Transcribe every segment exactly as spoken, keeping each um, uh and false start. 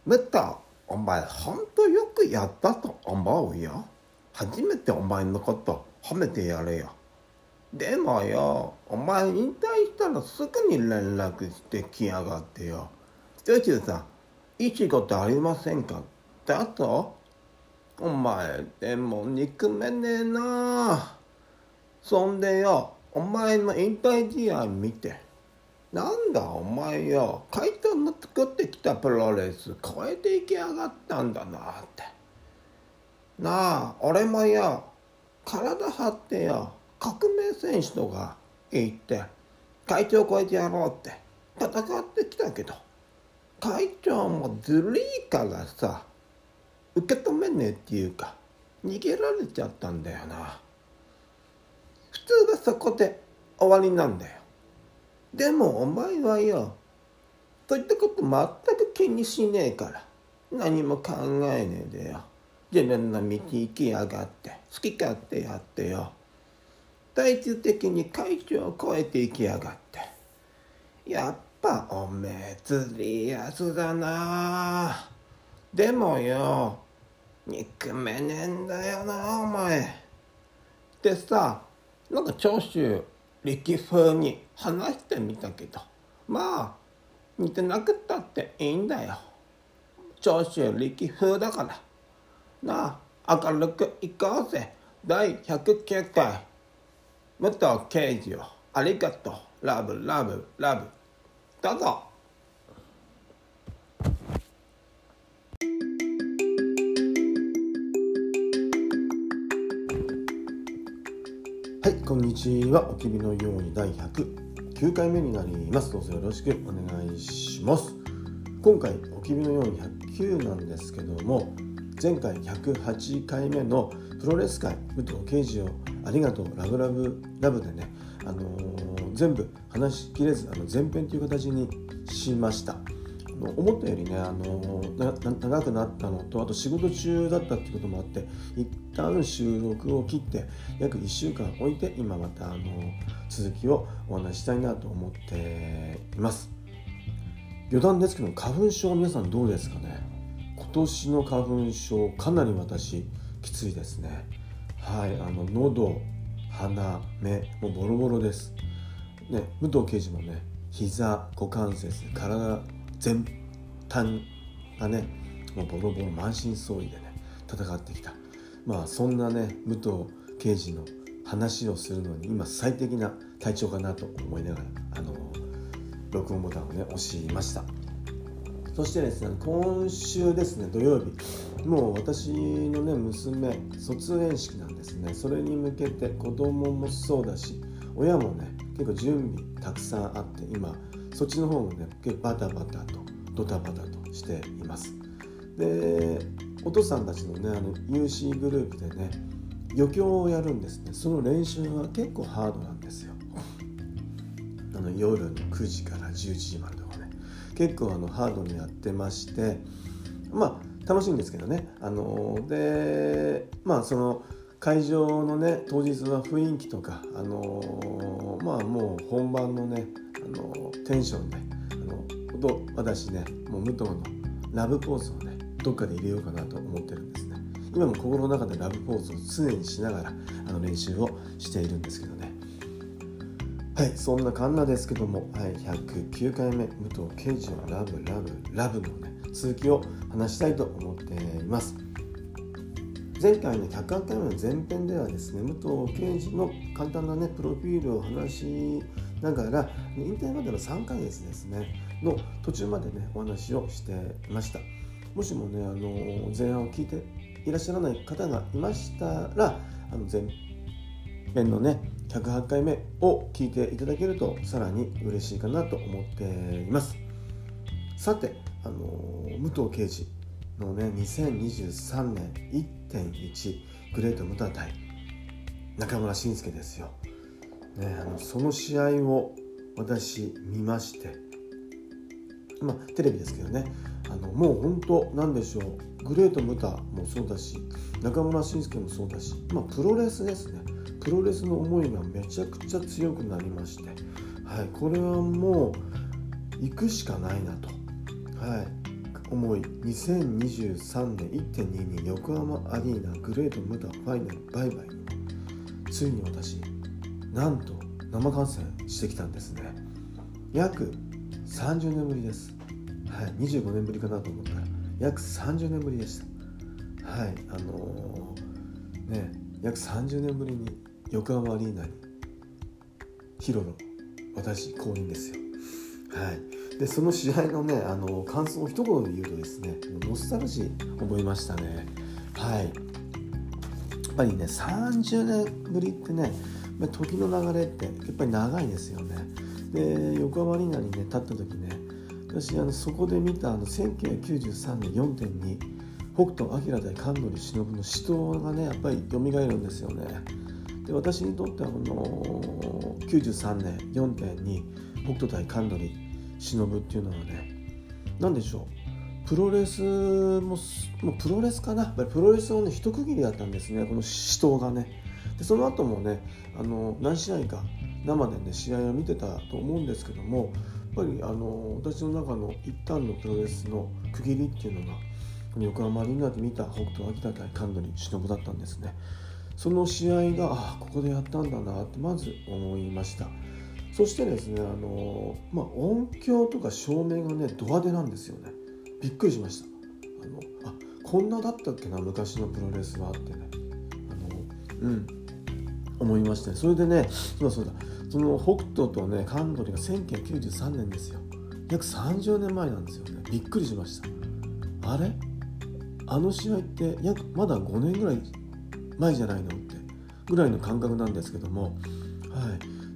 ムタ、お前ほんとよくやったと思うよ。初めてお前のこと褒めてやれよ。でもよ、お前引退したらすぐに連絡してきやがってよ。ジョジュさん、いい仕事ありませんかだと？お前でも憎めねえな。そんでよ、お前の引退試合見て、なんだお前よ、会長の作ってきたプロレス超えていきやがったんだなって。なあ、俺もよ、体張ってよ、革命選手とか行って会長超えてやろうって戦ってきたけど、会長もずるいからさ、受け止めねえっていうか逃げられちゃったんだよな。普通がそこで終わりなんだよ。でもお前はよ、そういったこと全く気にしねえから何も考えねえでよ、自分の道行きやがって好き勝手やってよ、最終的に会長を超えていきやがって。やっぱおめえずりいやつだな。でもよ、憎めねえんだよなお前。でさ、なんか長州力風に話してみたけど、まあ似てなくったっていいんだよ。長州力風だからなあ。明るくいこうぜ。だいひゃくきゅうかい武藤敬司をありがとう。ラブラブラブ。どうぞ。はい、こんにちは。おきびのようにだいひゃくきゅうかいめになります。どうぞよろしくお願いします。今回おきびのようにひゃくきゅうなんですけども、前回ひゃくはちかいめのプロレス界武藤敬司をありがとうラブラブラブでね、あのー、全部話しきれず、あの前編という形にしました。思ったよりね、あのー、長くなったのと、あと仕事中だったっていうこともあって、一旦収録を切って約いっしゅうかん置いて、今またあのー、続きをお話ししたいなと思っています。余談ですけど、花粉症皆さんどうですかね。今年の花粉症かなり私きついですね。はい、あの喉、鼻、目もうボロボロですね。武藤敬司もね、膝、股関節、体全般がね、もうボロボロ満身創痍でね戦ってきた。まあそんなね武藤敬司の話をするのに今最適な体調かなと思いながら、あの録音ボタンをね押しました。そしてですね、今週ですね、土曜日、もう私のね娘卒園式なんですね。それに向けて子供もそうだし親もね結構準備たくさんあって、今そっちの方もね結構バタバタとドタバタとしています。で、お父さんたちのねあの ユーシー グループでね余興をやるんですね。その練習は結構ハードなんですよ。あの夜のくじからじゅういちじまでとかね、結構あのハードにやってまして、まあ楽しいんですけどね。あのでまあその会場のね当日は雰囲気とか、あのまあもう本番のねあのテンションで、あのと私ねもう武藤のラブポーズをねどっかで入れようかなと思ってるんですね。今も心の中でラブポーズを常にしながらあの練習をしているんですけどね。はい、そんなカンナですけども、はい、ひゃくきゅうかいめ武藤敬司のラブラブラブのね続きを話したいと思っています。前回のひゃくはちかいめの前編ではですね、武藤敬司の簡単なねプロフィールを話しながら、引退までのさんかげつですねの途中までねお話をしていました。もしもねあの前半を聞いていらっしゃらない方がいましたら、あの前編のねひゃくはちかいめを聞いていただけるとさらに嬉しいかなと思っています。さて、あの武藤敬司のねにせんにじゅうさんねん いってんいち グレートムタ対中村慎介ですよ、ね、あのその試合を私見まして、まあテレビですけどね、あのもう本当なんでしょう、グレートムタもそうだし中村慎介もそうだし、まあプロレスですね。プロレスの思いがめちゃくちゃ強くなりまして、はい、これはもう行くしかないなと、はい、 思いにせんにじゅうさんねん いってんにに 横浜アリーナグレートムタファイナルバイバイについに私なんと生観戦してきたんですね。約さんじゅうねんぶりです。はい、にじゅうごねんぶりかなと思ったら約さんじゅうねんぶりでした。はい、あのー、ね約さんじゅうねんぶりに横浜アリーナにヒロの私降臨ですよ。はい、でその試合のねあの感想を一言で言うとですね、ノスタルジー覚えましたね。はい、やっぱりねさんじゅうねんぶりってね時の流れってやっぱり長いですよね。で横浜アリーナにね立った時ね、私あのそこで見たあのせんきゅうひゃくきゅうじゅうさんねん よんてんに 北斗晶対神取忍の死闘がねやっぱり蘇るんですよね。で私にとってはこのきゅうじゅうさんねん よんてんに 北斗対神取忍っていうのはね、何でしょう、プロレスももうプロレスかな、やっぱりプロレスのね一区切りだったんですね、この死闘がね。でその後もねあの何試合か生でね試合を見てたと思うんですけども、やっぱりあの私の中の一旦のプロレスの区切りっていうのがこの横浜アリーナで見た北斗晶対神取忍だったんですね。その試合があここでやったんだなってまず思いました。そしてですねあの、まあ、音響とか照明がねド派手なんですよね。びっくりしました。あのあこんなだったっけな昔のプロレスはってねあのうん思いましたね。それでねそうだそうだその北斗とね神取がせんきゅうひゃくきゅうじゅうさんねんですよ。約さんじゅうねんまえなんですよね。びっくりしました。あれあの試合って約まだごねんぐらい前じゃないのってぐらいの感覚なんですけども、はい、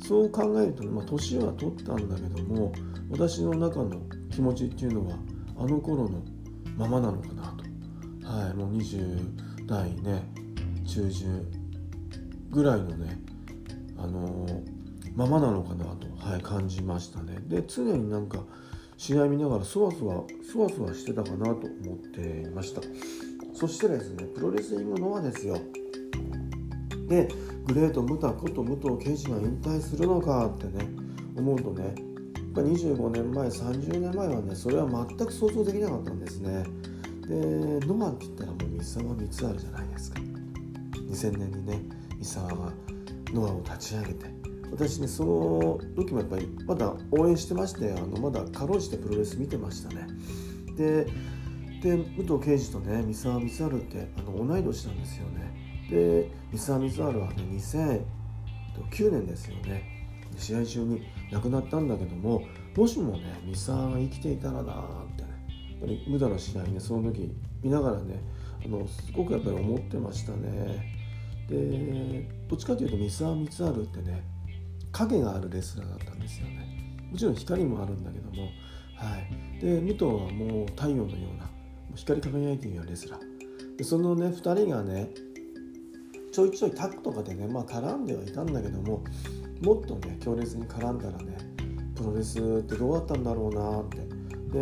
そう考えると、まあ、年は取ったんだけども私の中の気持ちっていうのはあの頃のままなのかなと、はい、もうにじゅうだいね中旬ぐらいのねあのー、ままなのかなと、はい、感じましたね。で常になんか試合見ながらそわそわそわそわしてたかなと思っていました。そしてですねプロレスリングノアですよ。でグレートムタこと武藤敬司が引退するのかってね思うとねやっぱにじゅうごねんまえさんじゅうねんまえはねそれは全く想像できなかったんですね。でノアって言ったらもう三沢光晴じゃないですか。にせんねんにね三沢がノアを立ち上げて、私ねその時もやっぱりまだ応援してまして、あのまだかろうじてプロレス見てましたね。でで武藤敬司とね三沢光晴ってあの同い年なんですよね。で三沢光晴はねにせんきゅうねんですよね。試合中に亡くなったんだけども、もしもね三沢が生きていたらなーってねやっぱり無駄な試合ねその時見ながらねあのすごくやっぱり思ってましたね。でどっちかというと三沢光晴ってね影があるレスラーだったんですよね。もちろん光もあるんだけども、はい、で武藤はもう太陽のような光り輝いているようなレスラーで、そのねふたりがねちょいちょいタッグとかでね、まあ、絡んではいたんだけども、もっとね強烈に絡んだらねプロレスってどうだったんだろうなって。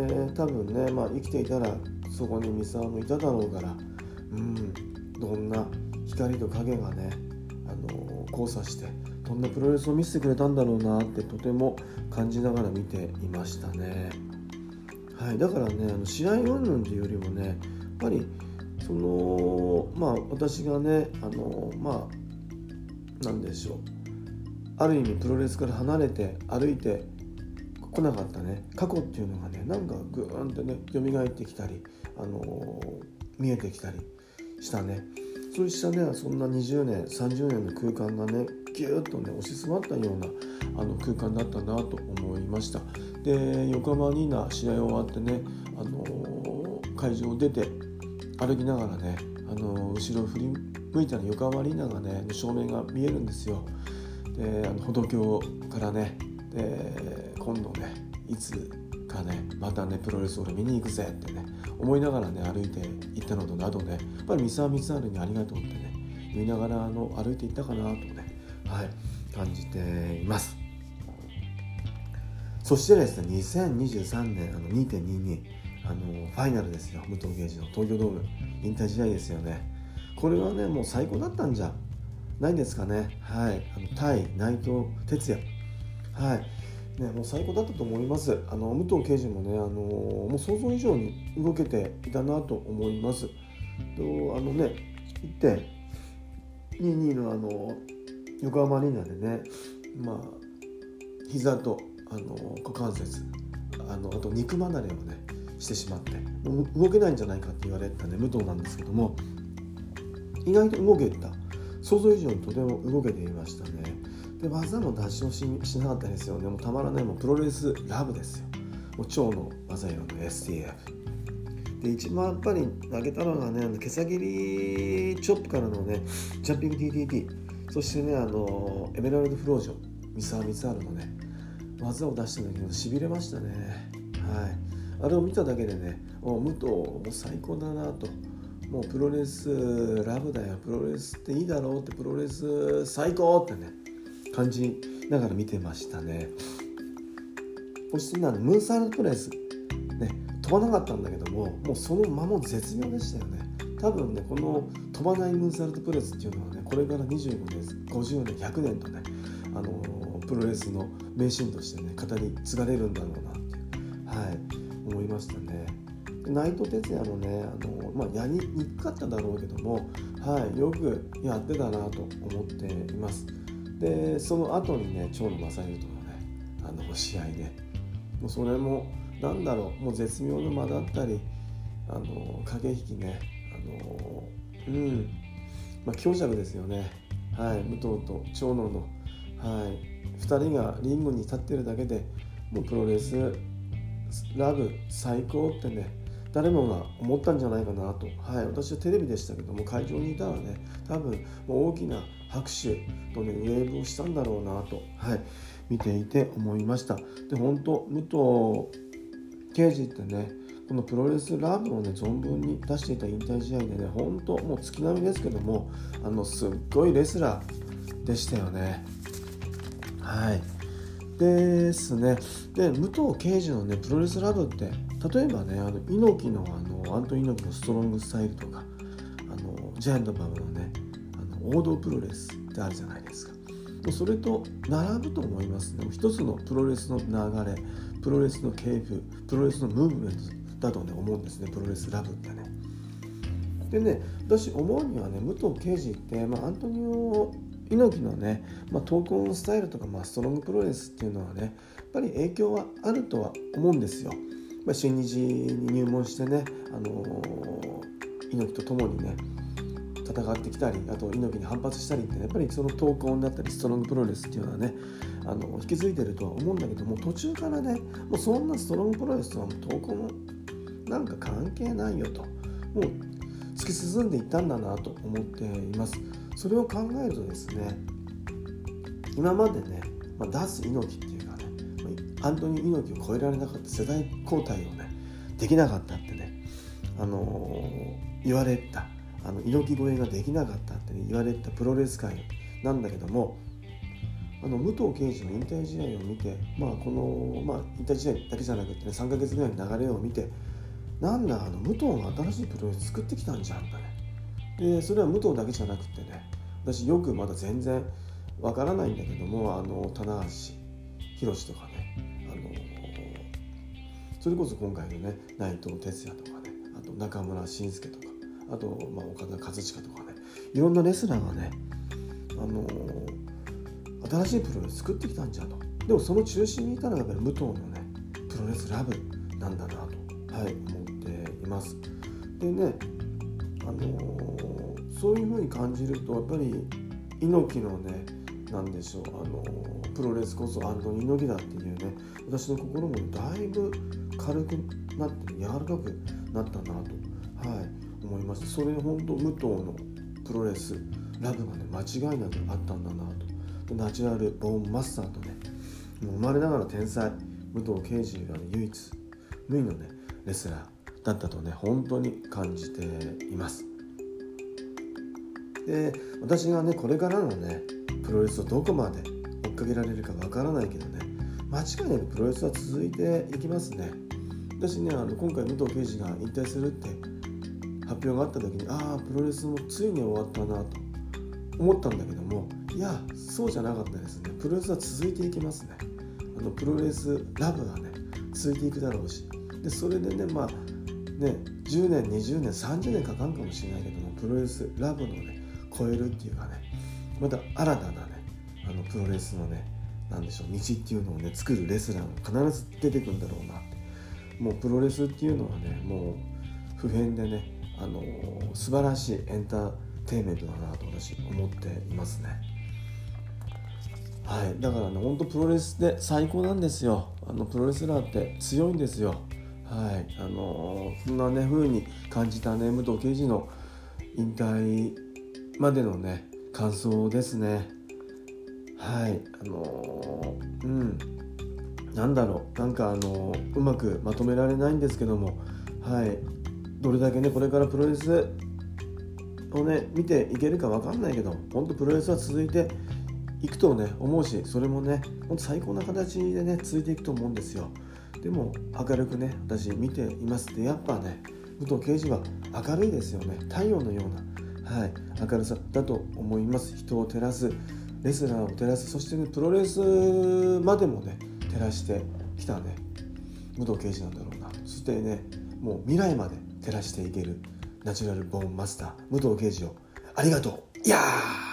で多分ね、まあ、生きていたらそこに三沢もいただろうから、うんどんな光と影がね、あのー、交差してどんなプロレスを見せてくれたんだろうなってとても感じながら見ていましたね。はい、だからねあの試合云々というよりもねやっぱりそのまあ私がねあのまあなんでしょう、ある意味プロレスから離れて歩いて来なかったね過去っていうのがねなんかグーンってね蘇ってきたり、あの見えてきたりしたね。そうしたねそんなにじゅうねんさんじゅうねんの空間がねギューッとね押し詰まったようなあの空間だったなと思いました。で横浜アリーナ試合終わってね、あのー、会場を出て歩きながらね、あのー、後ろ振り向いたら横浜アリーナがね照明が見えるんですよ。であの歩道橋からねで今度ねいつかねまたねプロレスを見に行くぜってね思いながらね歩いて行ったのとなどねやっぱり三沢光晴にありがとうってね言いながらあの歩いていったかなとね、はい、感じています。そしてですねにせんにじゅうさんねんあの にてんにに あのファイナルですよ。武藤敬司の東京ドーム引退試合ですよね。これはねもう最高だったんじゃないですかね。はい、あの対内藤哲也、はい、 ね、もう最高だったと思います。あの武藤敬司もね、あのもう想像以上に動けていたなと思います。とあのね、いってんにじゅうにのあの横浜アリーナでね、まあ膝とあの股関節、あのあと肉離れをねしてしまって、もう動けないんじゃないかって言われたね武藤なんですけども、意外と動けた。想像以上にとても動けていましたね。で技も出し惜しみしなかったですよね。もうたまらない、もうプロレスラブですよ。もう超の技色の エスティーエフ で、一番やっぱり投げたのがね、毛先切りチョップからのねジャンピング ティーティーティー、 そしてねあのエメラルドフロージョ三沢光晴のね技を出した時にしびれましたね。はい、あれを見ただけでね、お武藤もう最高だなと、もうプロレスラブだよ、プロレスっていいだろうって、プロレス最高ってね感じながら見てましたね。そしてね、ムーンサルトプレス、ね、飛ばなかったんだけども、もうその間も絶妙でしたよね。多分ね、この飛ばないムーンサルトプレスっていうのはね、これからにじゅうごねん、ごじゅうねん、ひゃくねんとね、あのー、プロレスの名シーンとしてね語り継がれるんだろうなっていう、はい、思いましたね。内藤哲也もね、あのーまあ、やりにくかっただろうけども、はい、よくやってたなと思っています。でその後にね、長野正弘とのねあの試合で、もうそれもなんだろう、もう絶妙の間だったり、あの駆け引きね、あのうんまあ強弱ですよね。はい、武藤と長野の、はい、ふたりがリングに立ってるだけでもうプロレスラブ最高ってね、誰もが思ったんじゃないかなと、はい、私はテレビでしたけども、会場にいたらね、多分もう大きな拍手とねウェーブをしたんだろうなと、はい、見ていて思いました。で、本当武藤敬司ってね、このプロレスラブをね存分に出していた引退試合でね、本当もう月並みですけども、あのすっごいレスラーでしたよね。はいですね。で、武藤敬司のねプロレスラブって、例えばね、あの猪木のあのアントニー猪木のストロングスタイルとか、あのジャイアント馬場のねあの王道プロレスってあるじゃないですか。それと並ぶと思いますね。一つのプロレスの流れ、プロレスの系譜、プロレスのムーブメントだとね思うんですね、プロレスラブってね。でね、私思うにはね、武藤敬司って、まあ、アントニオ猪木のね、まあ、闘魂スタイルとか、まあ、ストロングプロレスっていうのはね、やっぱり影響はあるとは思うんですよ。まあ、新日に入門してね、あのー、猪木と共にね戦ってきたり、あと猪木に反発したりって、ね、やっぱりその闘魂だったりストロングプロレスっていうのはね、あの引き継いでるとは思うんだけども、途中からね、もうそんなストロングプロレスとはもう闘魂もなんか関係ないよと、もう突き進んでいったんだなと思っています。それを考えるとですね、今までね、まあ、ダース猪木っていうかね、アントニー猪木を超えられなかった、世代交代をねできなかったってね、あのー、言われた、あの猪木超えができなかったって、ね、言われたプロレス界なんだけども、あの武藤敬司の引退試合を見て、まあこの、まあ、引退試合だけじゃなくてね、さんかげつぐらいの流れを見て、なんだ、あの武藤が新しいプロレス作ってきたんじゃんかね。でそれは武藤だけじゃなくてね、私よくまだ全然わからないんだけども、あの棚橋宏とかね、あのそれこそ今回のね内藤哲也とかね、あと中村慎介とか、あと、まあ、岡田和親とかね、いろんなレスラーがね、あの新しいプロレス作ってきたんじゃと。でもその中心にいたのがやっぱり武藤のねプロレスラブなんだなと、はい、思っています。でね、あのー、そういう風に感じると、やっぱり猪木のね、なんでしょう、あのー、プロレスこそアントニー猪木だっていうね、私の心もだいぶ軽くなって柔らかくなったなと、はい、思いました。それ本当武藤のプロレスラブがね間違いなくあったんだなと。でナチュラルボーンマスターとね、もう生まれながら天才武藤敬司が、ね、唯一無二のねレスラーだったとね本当に感じています。で私がねこれからのねプロレスをどこまで追っかけられるかわからないけどね、間違いなくプロレスは続いていきますね。私ね、あの今回武藤敬司が引退するって発表があった時に、ああプロレスもついに終わったなと思ったんだけども、いやそうじゃなかったですね。プロレスは続いていきますね。 あのプロレスラブがね続いていくだろうし、でそれでねまあねじゅうねんにじゅうねんさんじゅうねんかかんかもしれないけども、プロレスラブのね超えるっていうかね、また新たなねあのプロレスのねなんでしょう道っていうのをね作るレスラーが必ず出てくるんだろうなって。もうプロレスっていうのはねもう不変でねあのー、素晴らしいエンターテインメントだなと私思っていますね。はい、だからね本当プロレスで最高なんですよ。あのプロレスラーって強いんですよ。はい、あのー、そんなね風に感じたね武藤敬司の引退までのね感想ですね。はい、あのー、うんなんだろうなんかあのー、うまくまとめられないんですけども、はい、どれだけねこれからプロレスをね見ていけるか分かんないけど、本当プロレスは続いていくとね思うし、それもね本当最高な形でね続いていくと思うんですよ。でも明るくね私見ています。でやっぱね武藤敬司は明るいですよね。太陽のような、はい、明るさだと思います。人を照らす、レスラーを照らす、そしてねプロレスまでもね照らしてきたね武藤敬司なんだろうな。そしてねもう未来まで照らしていけるナチュラルボーンマスター武藤敬司をありがとう。いやー